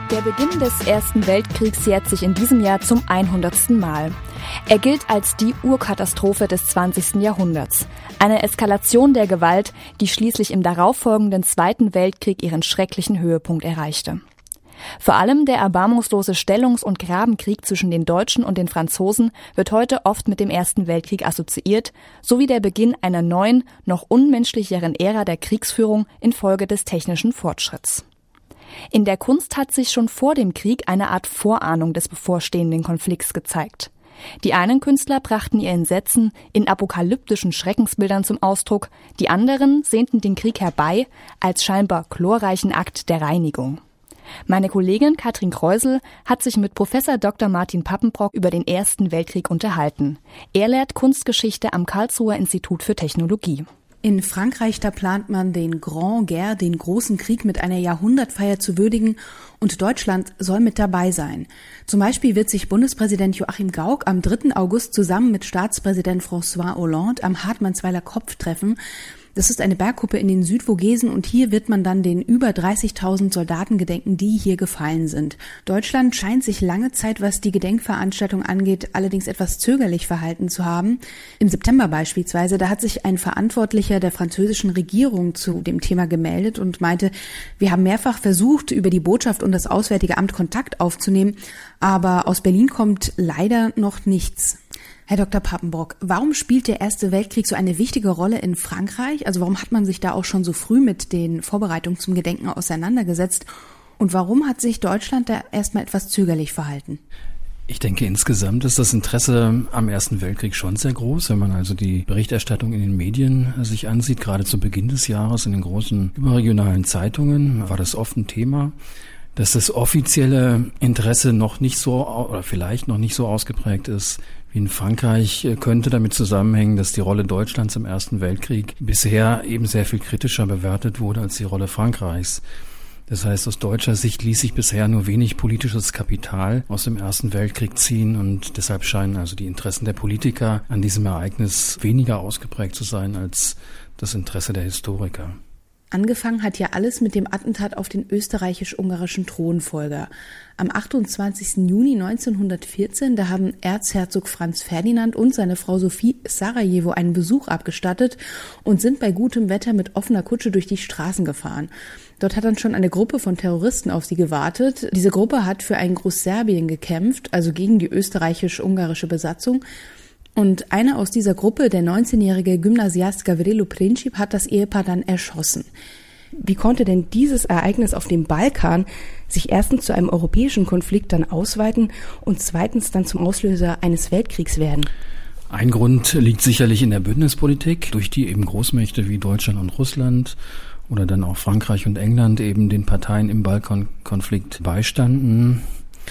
Der Beginn des Ersten Weltkriegs jährt sich in diesem Jahr zum 100. Mal. Er gilt als die Urkatastrophe des 20. Jahrhunderts. Eine Eskalation der Gewalt, die schließlich im darauffolgenden Zweiten Weltkrieg ihren schrecklichen Höhepunkt erreichte. Vor allem der erbarmungslose Stellungs- und Grabenkrieg zwischen den Deutschen und den Franzosen wird heute oft mit dem Ersten Weltkrieg assoziiert, sowie der Beginn einer neuen, noch unmenschlicheren Ära der Kriegsführung infolge des technischen Fortschritts. In der Kunst hat sich schon vor dem Krieg eine Art Vorahnung des bevorstehenden Konflikts gezeigt. Die einen Künstler brachten ihr Entsetzen in apokalyptischen Schreckensbildern zum Ausdruck, die anderen sehnten den Krieg herbei als scheinbar glorreichen Akt der Reinigung. Meine Kollegin Katrin Kreusel hat sich mit Professor Dr. Martin Pappenbrock über den Ersten Weltkrieg unterhalten. Er lehrt Kunstgeschichte am Karlsruher Institut für Technologie. In Frankreich, da plant man den Grand Guerre, den großen Krieg, mit einer Jahrhundertfeier zu würdigen, und Deutschland soll mit dabei sein. Zum Beispiel wird sich Bundespräsident Joachim Gauck am 3. August zusammen mit Staatspräsident François Hollande am Hartmannsweiler Kopf treffen. Das ist eine Bergkuppe in den Südvogesen und hier wird man dann den über 30.000 Soldaten gedenken, die hier gefallen sind. Deutschland scheint sich lange Zeit, was die Gedenkveranstaltung angeht, allerdings etwas zögerlich verhalten zu haben. Im September beispielsweise, da hat sich ein Verantwortlicher der französischen Regierung zu dem Thema gemeldet und meinte, wir haben mehrfach versucht, über die Botschaft und das Auswärtige Amt Kontakt aufzunehmen, aber aus Berlin kommt leider noch nichts. Herr Dr. Pappenbrock, warum spielt der Erste Weltkrieg so eine wichtige Rolle in Frankreich? Also warum hat man sich da auch schon so früh mit den Vorbereitungen zum Gedenken auseinandergesetzt? Und warum hat sich Deutschland da erstmal etwas zögerlich verhalten? Ich denke, insgesamt ist das Interesse am Ersten Weltkrieg schon sehr groß. Wenn man also die Berichterstattung in den Medien sich ansieht, gerade zu Beginn des Jahres in den großen überregionalen Zeitungen, war das oft ein Thema. Dass das offizielle Interesse noch nicht so oder vielleicht noch nicht so ausgeprägt ist wie in Frankreich, könnte damit zusammenhängen, dass die Rolle Deutschlands im Ersten Weltkrieg bisher eben sehr viel kritischer bewertet wurde als die Rolle Frankreichs. Das heißt, aus deutscher Sicht ließ sich bisher nur wenig politisches Kapital aus dem Ersten Weltkrieg ziehen und deshalb scheinen also die Interessen der Politiker an diesem Ereignis weniger ausgeprägt zu sein als das Interesse der Historiker. Angefangen hat ja alles mit dem Attentat auf den österreichisch-ungarischen Thronfolger. Am 28. Juni 1914, da haben Erzherzog Franz Ferdinand und seine Frau Sophie Sarajevo einen Besuch abgestattet und sind bei gutem Wetter mit offener Kutsche durch die Straßen gefahren. Dort hat dann schon eine Gruppe von Terroristen auf sie gewartet. Diese Gruppe hat für ein Großserbien gekämpft, also gegen die österreichisch-ungarische Besatzung. Und einer aus dieser Gruppe, der 19-jährige Gymnasiast Gavrilo Princip, hat das Ehepaar dann erschossen. Wie konnte denn dieses Ereignis auf dem Balkan sich erstens zu einem europäischen Konflikt dann ausweiten und zweitens dann zum Auslöser eines Weltkriegs werden? Ein Grund liegt sicherlich in der Bündnispolitik, durch die eben Großmächte wie Deutschland und Russland oder dann auch Frankreich und England eben den Parteien im Balkankonflikt beistanden.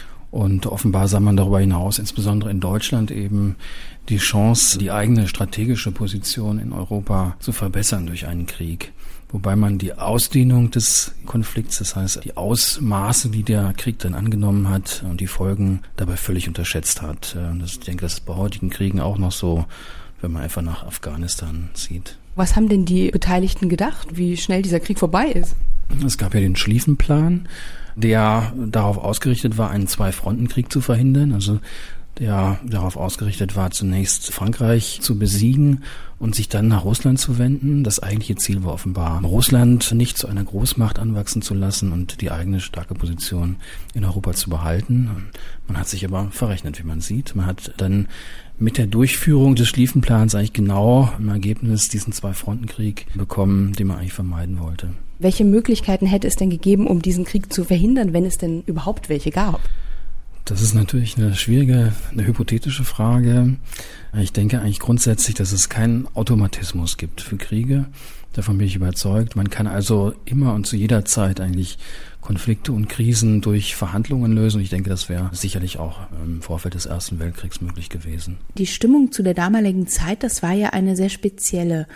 Und offenbar sah man darüber hinaus, insbesondere in Deutschland, eben die Chance, die eigene strategische Position in Europa zu verbessern durch einen Krieg. Wobei man die Ausdehnung des Konflikts, das heißt die Ausmaße, die der Krieg dann angenommen hat und die Folgen dabei völlig unterschätzt hat. Ich denke, das ist bei heutigen Kriegen auch noch so, wenn man einfach nach Afghanistan sieht. Was haben denn die Beteiligten gedacht, wie schnell dieser Krieg vorbei ist? Es gab ja den Schlieffenplan, der darauf ausgerichtet war, einen Zwei-Fronten-Krieg zu verhindern, also der darauf ausgerichtet war, zunächst Frankreich zu besiegen und sich dann nach Russland zu wenden. Das eigentliche Ziel war offenbar, Russland nicht zu einer Großmacht anwachsen zu lassen und die eigene starke Position in Europa zu behalten. Man hat sich aber verrechnet, wie man sieht. Man hat dann mit der Durchführung des Schlieffenplans eigentlich genau im Ergebnis diesen Zwei-Fronten-Krieg bekommen, den man eigentlich vermeiden wollte. Welche Möglichkeiten hätte es denn gegeben, um diesen Krieg zu verhindern, wenn es denn überhaupt welche gab? Das ist natürlich eine hypothetische Frage. Ich denke eigentlich grundsätzlich, dass es keinen Automatismus gibt für Kriege. Davon bin ich überzeugt. Man kann also immer und zu jeder Zeit eigentlich Konflikte und Krisen durch Verhandlungen lösen. Und ich denke, das wäre sicherlich auch im Vorfeld des Ersten Weltkriegs möglich gewesen. Die Stimmung zu der damaligen Zeit, das war ja eine sehr spezielle.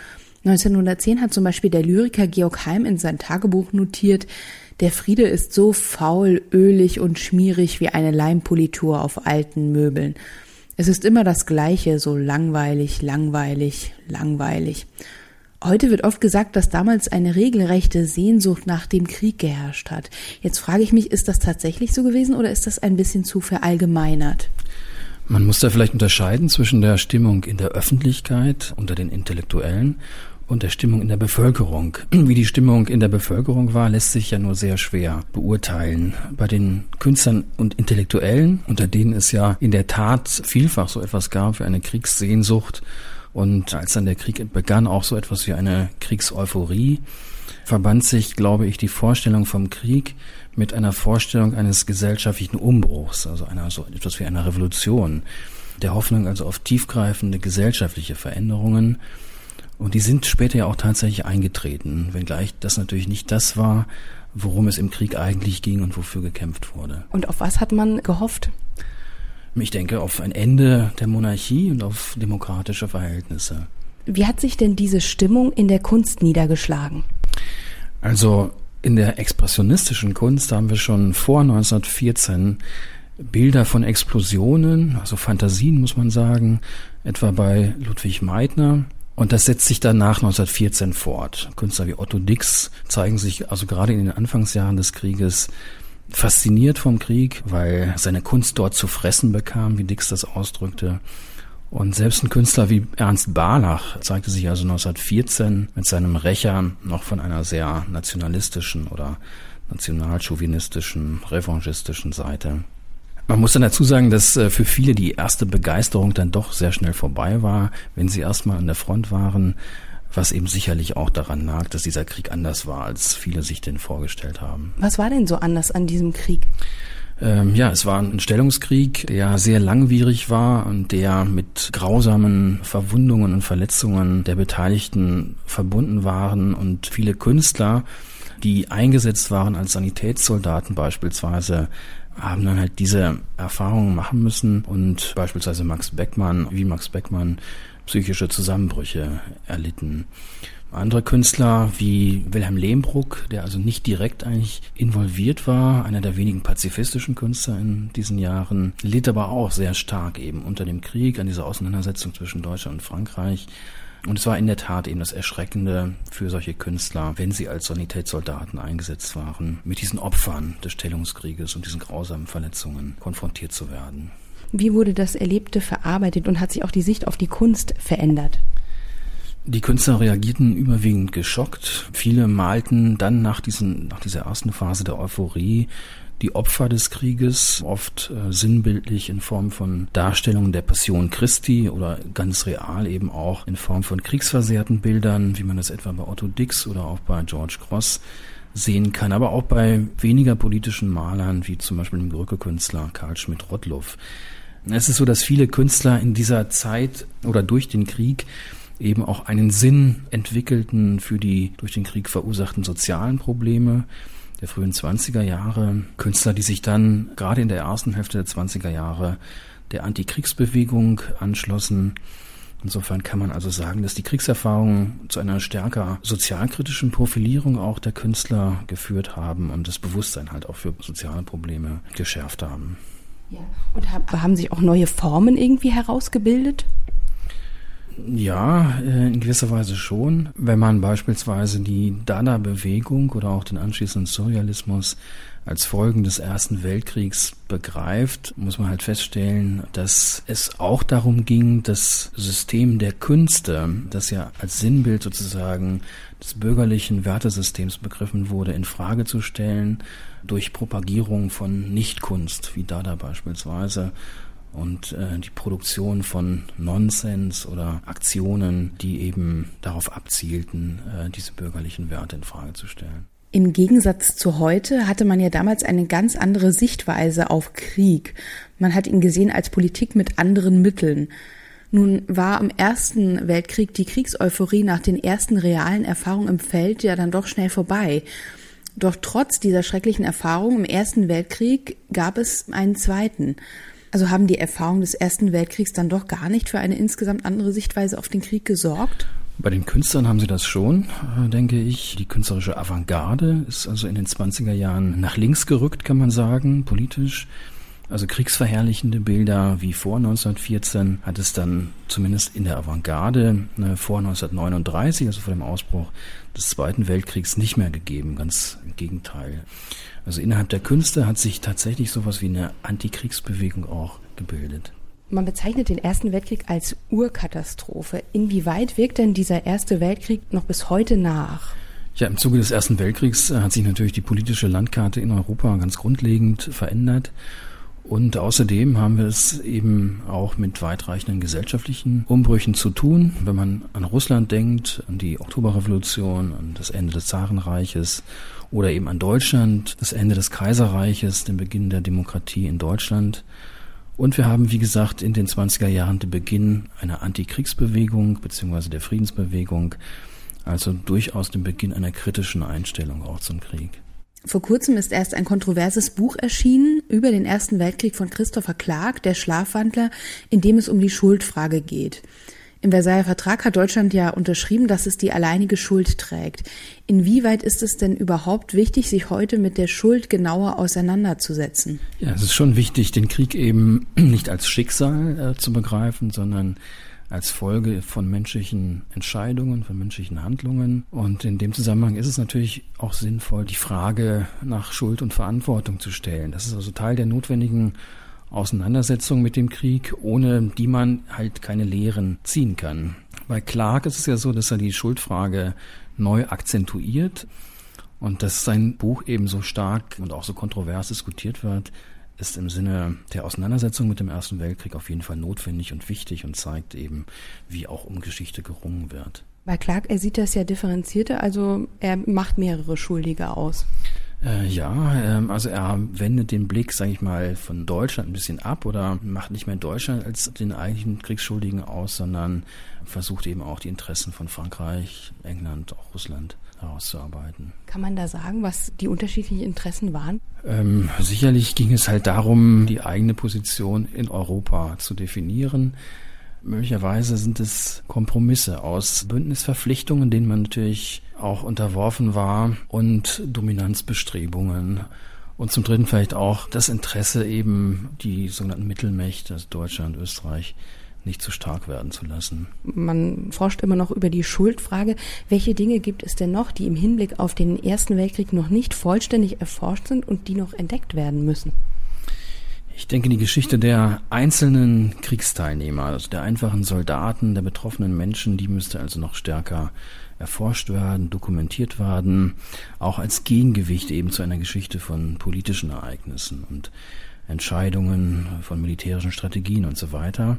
1910 hat zum Beispiel der Lyriker Georg Heim in sein Tagebuch notiert, der Friede ist so faul, ölig und schmierig wie eine Leimpolitur auf alten Möbeln. Es ist immer das Gleiche, so langweilig, langweilig, langweilig. Heute wird oft gesagt, dass damals eine regelrechte Sehnsucht nach dem Krieg geherrscht hat. Jetzt frage ich mich, ist das tatsächlich so gewesen oder ist das ein bisschen zu verallgemeinert? Man muss da vielleicht unterscheiden zwischen der Stimmung in der Öffentlichkeit unter den Intellektuellen und der Stimmung in der Bevölkerung. Wie die Stimmung in der Bevölkerung war, lässt sich ja nur sehr schwer beurteilen. Bei den Künstlern und Intellektuellen, unter denen es ja in der Tat vielfach so etwas gab wie eine Kriegssehnsucht und als dann der Krieg begann, auch so etwas wie eine Kriegseuphorie, verband sich, glaube ich, die Vorstellung vom Krieg mit einer Vorstellung eines gesellschaftlichen Umbruchs, also so etwas wie einer Revolution, der Hoffnung also auf tiefgreifende gesellschaftliche Veränderungen. Und die sind später ja auch tatsächlich eingetreten, wenngleich das natürlich nicht das war, worum es im Krieg eigentlich ging und wofür gekämpft wurde. Und auf was hat man gehofft? Ich denke auf ein Ende der Monarchie und auf demokratische Verhältnisse. Wie hat sich denn diese Stimmung in der Kunst niedergeschlagen? Also in der expressionistischen Kunst haben wir schon vor 1914 Bilder von Explosionen, also Fantasien muss man sagen, etwa bei Ludwig Meitner. Und das setzt sich dann nach 1914 fort. Künstler wie Otto Dix zeigen sich also gerade in den Anfangsjahren des Krieges fasziniert vom Krieg, weil seine Kunst dort zu fressen bekam, wie Dix das ausdrückte. Und selbst ein Künstler wie Ernst Barlach zeigte sich also 1914 mit seinem Rächer noch von einer sehr nationalistischen oder nationalchauvinistischen, revanchistischen Seite. Man muss dann dazu sagen, dass für viele die erste Begeisterung dann doch sehr schnell vorbei war, wenn sie erstmal an der Front waren, was eben sicherlich auch daran lag, dass dieser Krieg anders war, als viele sich den vorgestellt haben. Was war denn so anders an diesem Krieg? Es war ein Stellungskrieg, der sehr langwierig war und der mit grausamen Verwundungen und Verletzungen der Beteiligten verbunden waren. Und viele Künstler, die eingesetzt waren als Sanitätssoldaten beispielsweise, haben dann halt diese Erfahrungen machen müssen und beispielsweise Max Beckmann psychische Zusammenbrüche erlitten. Andere Künstler wie Wilhelm Lehmbruck, der also nicht direkt eigentlich involviert war, einer der wenigen pazifistischen Künstler in diesen Jahren, litt aber auch sehr stark eben unter dem Krieg, an dieser Auseinandersetzung zwischen Deutschland und Frankreich. Und es war in der Tat eben das Erschreckende für solche Künstler, wenn sie als Sanitätssoldaten eingesetzt waren, mit diesen Opfern des Stellungskrieges und diesen grausamen Verletzungen konfrontiert zu werden. Wie wurde das Erlebte verarbeitet und hat sich auch die Sicht auf die Kunst verändert? Die Künstler reagierten überwiegend geschockt. Viele malten dann nach dieser ersten Phase der Euphorie die Opfer des Krieges, oft sinnbildlich in Form von Darstellungen der Passion Christi oder ganz real eben auch in Form von kriegsversehrten Bildern, wie man das etwa bei Otto Dix oder auch bei George Grosz sehen kann, aber auch bei weniger politischen Malern, wie zum Beispiel dem Brücke-Künstler Karl Schmidt-Rottluff. Es ist so, dass viele Künstler in dieser Zeit oder durch den Krieg eben auch einen Sinn entwickelten für die durch den Krieg verursachten sozialen Probleme der frühen 20er Jahre. Künstler, die sich dann gerade in der ersten Hälfte der 20er Jahre der Antikriegsbewegung anschlossen. Insofern kann man also sagen, dass die Kriegserfahrungen zu einer stärker sozialkritischen Profilierung auch der Künstler geführt haben und das Bewusstsein halt auch für soziale Probleme geschärft haben. Ja. Und haben sich auch neue Formen irgendwie herausgebildet? Ja, in gewisser Weise schon. Wenn man beispielsweise die Dada-Bewegung oder auch den anschließenden Surrealismus als Folgen des Ersten Weltkriegs begreift, muss man halt feststellen, dass es auch darum ging, das System der Künste, das ja als Sinnbild sozusagen des bürgerlichen Wertesystems begriffen wurde, in Frage zu stellen durch Propagierung von Nichtkunst, wie Dada beispielsweise, und die Produktion von Nonsens oder Aktionen, die eben darauf abzielten, diese bürgerlichen Werte in Frage zu stellen. Im Gegensatz zu heute hatte man ja damals eine ganz andere Sichtweise auf Krieg. Man hat ihn gesehen als Politik mit anderen Mitteln. Nun war im Ersten Weltkrieg die Kriegseuphorie nach den ersten realen Erfahrungen im Feld ja dann doch schnell vorbei. Doch trotz dieser schrecklichen Erfahrungen im Ersten Weltkrieg gab es einen zweiten. Also haben die Erfahrungen des Ersten Weltkriegs dann doch gar nicht für eine insgesamt andere Sichtweise auf den Krieg gesorgt? Bei den Künstlern haben sie das schon, denke ich. Die künstlerische Avantgarde ist also in den 20er Jahren nach links gerückt, kann man sagen, politisch. Also kriegsverherrlichende Bilder wie vor 1914 hat es dann zumindest in der Avantgarde vor 1939, also vor dem Ausbruch des Zweiten Weltkriegs, nicht mehr gegeben. Ganz im Gegenteil. Also innerhalb der Künste hat sich tatsächlich sowas wie eine Antikriegsbewegung auch gebildet. Man bezeichnet den Ersten Weltkrieg als Urkatastrophe. Inwieweit wirkt denn dieser Erste Weltkrieg noch bis heute nach? Ja, im Zuge des Ersten Weltkriegs hat sich natürlich die politische Landkarte in Europa ganz grundlegend verändert. Und außerdem haben wir es eben auch mit weitreichenden gesellschaftlichen Umbrüchen zu tun. Wenn man an Russland denkt, an die Oktoberrevolution, an das Ende des Zarenreiches oder eben an Deutschland, das Ende des Kaiserreiches, den Beginn der Demokratie in Deutschland. Und wir haben, wie gesagt, in den 20er Jahren den Beginn einer Antikriegsbewegung bzw. der Friedensbewegung, also durchaus den Beginn einer kritischen Einstellung auch zum Krieg. Vor kurzem ist erst ein kontroverses Buch erschienen über den Ersten Weltkrieg von Christopher Clark, der Schlafwandler, in dem es um die Schuldfrage geht. Im Versailler Vertrag hat Deutschland ja unterschrieben, dass es die alleinige Schuld trägt. Inwieweit ist es denn überhaupt wichtig, sich heute mit der Schuld genauer auseinanderzusetzen? Ja, es ist schon wichtig, den Krieg eben nicht als Schicksal zu begreifen, sondern als Folge von menschlichen Entscheidungen, von menschlichen Handlungen. Und in dem Zusammenhang ist es natürlich auch sinnvoll, die Frage nach Schuld und Verantwortung zu stellen. Das ist also Teil der notwendigen Auseinandersetzung mit dem Krieg, ohne die man halt keine Lehren ziehen kann. Bei Clark ist es ja so, dass er die Schuldfrage neu akzentuiert und dass sein Buch eben so stark und auch so kontrovers diskutiert wird, ist im Sinne der Auseinandersetzung mit dem Ersten Weltkrieg auf jeden Fall notwendig und wichtig und zeigt eben, wie auch um Geschichte gerungen wird. Bei Clark, er sieht das ja differenzierter, also er macht mehrere Schuldige aus. Also er wendet den Blick, sage ich mal, von Deutschland ein bisschen ab oder macht nicht mehr Deutschland als den eigentlichen Kriegsschuldigen aus, sondern versucht eben auch die Interessen von Frankreich, England, auch Russland herauszuarbeiten. Kann man da sagen, was die unterschiedlichen Interessen waren? Sicherlich ging es halt darum, die eigene Position in Europa zu definieren. Möglicherweise sind es Kompromisse aus Bündnisverpflichtungen, denen man natürlich auch unterworfen war, und Dominanzbestrebungen. Und zum Dritten vielleicht auch das Interesse, eben die sogenannten Mittelmächte, also Deutschland, Österreich, nicht zu stark werden zu lassen. Man forscht immer noch über die Schuldfrage. Welche Dinge gibt es denn noch, die im Hinblick auf den Ersten Weltkrieg noch nicht vollständig erforscht sind und die noch entdeckt werden müssen? Ich denke, die Geschichte der einzelnen Kriegsteilnehmer, also der einfachen Soldaten, der betroffenen Menschen, die müsste also noch stärker erforscht werden, dokumentiert werden, auch als Gegengewicht eben zu einer Geschichte von politischen Ereignissen und Entscheidungen, von militärischen Strategien und so weiter.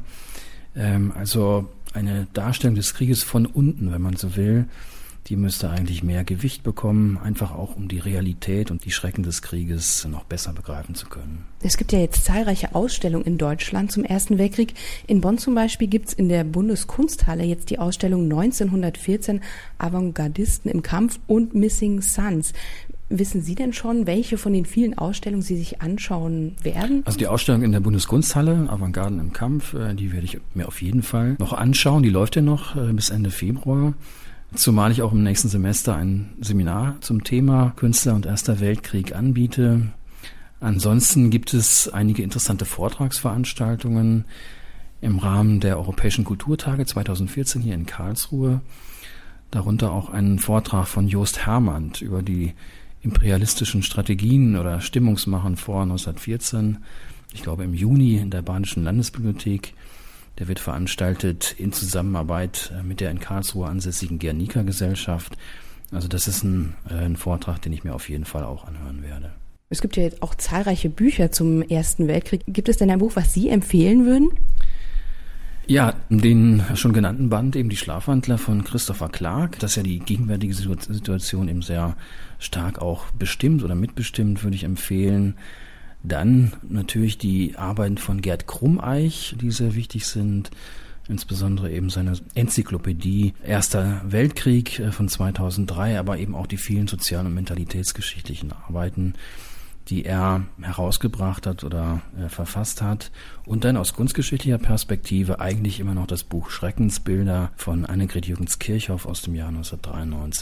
Also eine Darstellung des Krieges von unten, wenn man so will, die müsste eigentlich mehr Gewicht bekommen, einfach auch um die Realität und die Schrecken des Krieges noch besser begreifen zu können. Es gibt ja jetzt zahlreiche Ausstellungen in Deutschland zum Ersten Weltkrieg. In Bonn zum Beispiel gibt es in der Bundeskunsthalle jetzt die Ausstellung 1914 Avantgardisten im Kampf und Missing Sons. Wissen Sie denn schon, welche von den vielen Ausstellungen Sie sich anschauen werden? Also die Ausstellung in der Bundeskunsthalle, Avantgarden im Kampf, die werde ich mir auf jeden Fall noch anschauen. Die läuft ja noch bis Ende Februar. Zumal ich auch im nächsten Semester ein Seminar zum Thema Künstler und Erster Weltkrieg anbiete. Ansonsten gibt es einige interessante Vortragsveranstaltungen im Rahmen der Europäischen Kulturtage 2014 hier in Karlsruhe. Darunter auch einen Vortrag von Jost Hermann über die imperialistischen Strategien oder Stimmungsmachen vor 1914. Ich glaube im Juni in der Badischen Landesbibliothek. Der wird veranstaltet in Zusammenarbeit mit der in Karlsruhe ansässigen Guernica-Gesellschaft. Also das ist ein Vortrag, den ich mir auf jeden Fall auch anhören werde. Es gibt ja jetzt auch zahlreiche Bücher zum Ersten Weltkrieg. Gibt es denn ein Buch, was Sie empfehlen würden? Ja, den schon genannten Band, eben die Schlafwandler von Christopher Clark, das ja die gegenwärtige Situation eben sehr stark auch bestimmt oder mitbestimmt, würde ich empfehlen. Dann natürlich die Arbeiten von Gerd Krummeich, die sehr wichtig sind, insbesondere eben seine Enzyklopädie Erster Weltkrieg von 2003, aber eben auch die vielen sozial- und mentalitätsgeschichtlichen Arbeiten, die er herausgebracht hat oder verfasst hat. Und dann aus kunstgeschichtlicher Perspektive eigentlich immer noch das Buch Schreckensbilder von Annegret Jürgens-Kirchhoff aus dem Jahr 1993.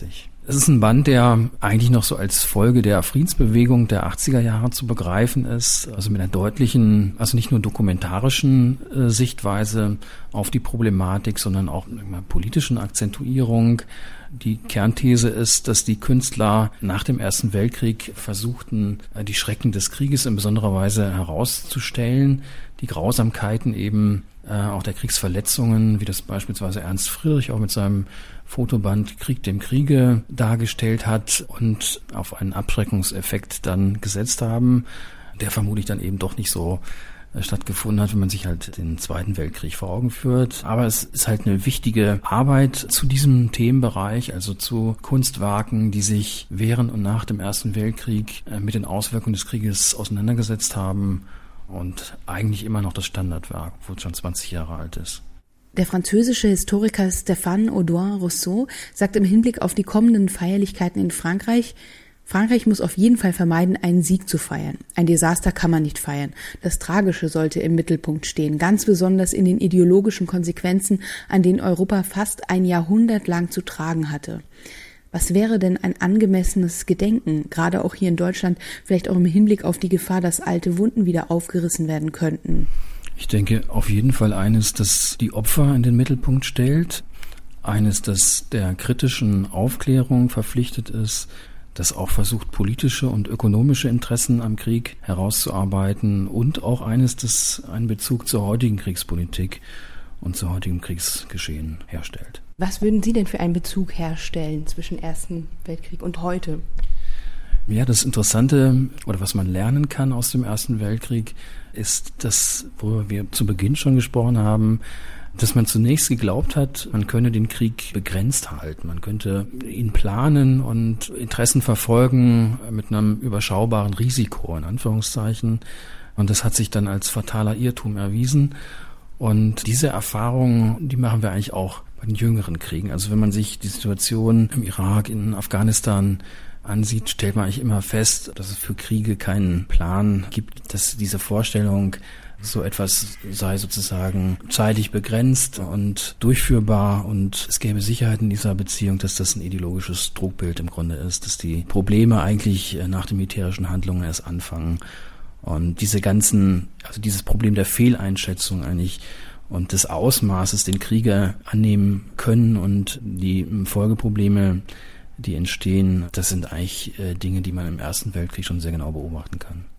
Es ist ein Band, der eigentlich noch so als Folge der Friedensbewegung der 80er Jahre zu begreifen ist, also mit einer deutlichen, also nicht nur dokumentarischen Sichtweise auf die Problematik, sondern auch einer politischen Akzentuierung. Die Kernthese ist, dass die Künstler nach dem Ersten Weltkrieg versuchten, die Schrecken des Krieges in besonderer Weise herauszustellen, die Grausamkeiten eben auch der Kriegsverletzungen, wie das beispielsweise Ernst Friedrich auch mit seinem Fotoband Krieg dem Kriege dargestellt hat und auf einen Abschreckungseffekt dann gesetzt haben, der vermutlich dann eben doch nicht so stattgefunden hat, wenn man sich halt den Zweiten Weltkrieg vor Augen führt. Aber es ist halt eine wichtige Arbeit zu diesem Themenbereich, also zu Kunstwerken, die sich während und nach dem Ersten Weltkrieg mit den Auswirkungen des Krieges auseinandergesetzt haben und eigentlich immer noch das Standardwerk, obwohl es schon 20 Jahre alt ist. Der französische Historiker Stéphane Audouin-Rousseau sagt im Hinblick auf die kommenden Feierlichkeiten in Frankreich, Frankreich muss auf jeden Fall vermeiden, einen Sieg zu feiern. Ein Desaster kann man nicht feiern. Das Tragische sollte im Mittelpunkt stehen, ganz besonders in den ideologischen Konsequenzen, an denen Europa fast ein Jahrhundert lang zu tragen hatte. Was wäre denn ein angemessenes Gedenken, gerade auch hier in Deutschland, vielleicht auch im Hinblick auf die Gefahr, dass alte Wunden wieder aufgerissen werden könnten? Ich denke auf jeden Fall eines, das die Opfer in den Mittelpunkt stellt, eines, das der kritischen Aufklärung verpflichtet ist, das auch versucht, politische und ökonomische Interessen am Krieg herauszuarbeiten und auch eines, das einen Bezug zur heutigen Kriegspolitik und zu heutigem Kriegsgeschehen herstellt. Was würden Sie denn für einen Bezug herstellen zwischen Ersten Weltkrieg und heute? Ja, das Interessante oder was man lernen kann aus dem Ersten Weltkrieg ist das, worüber wir zu Beginn schon gesprochen haben, dass man zunächst geglaubt hat, man könne den Krieg begrenzt halten. Man könnte ihn planen und Interessen verfolgen mit einem überschaubaren Risiko, in Anführungszeichen. Und das hat sich dann als fataler Irrtum erwiesen. Und diese Erfahrung, die machen wir eigentlich auch bei den jüngeren Kriegen. Also wenn man sich die Situation im Irak, in Afghanistan ansieht, stellt man eigentlich immer fest, dass es für Kriege keinen Plan gibt, dass diese Vorstellung, so etwas sei sozusagen zeitlich begrenzt und durchführbar und es gäbe Sicherheit in dieser Beziehung, dass das ein ideologisches Trugbild im Grunde ist, dass die Probleme eigentlich nach den militärischen Handlungen erst anfangen und dieses Problem der Fehleinschätzung eigentlich und des Ausmaßes, den Kriege annehmen können und die Folgeprobleme, die entstehen, das sind eigentlich Dinge, die man im Ersten Weltkrieg schon sehr genau beobachten kann.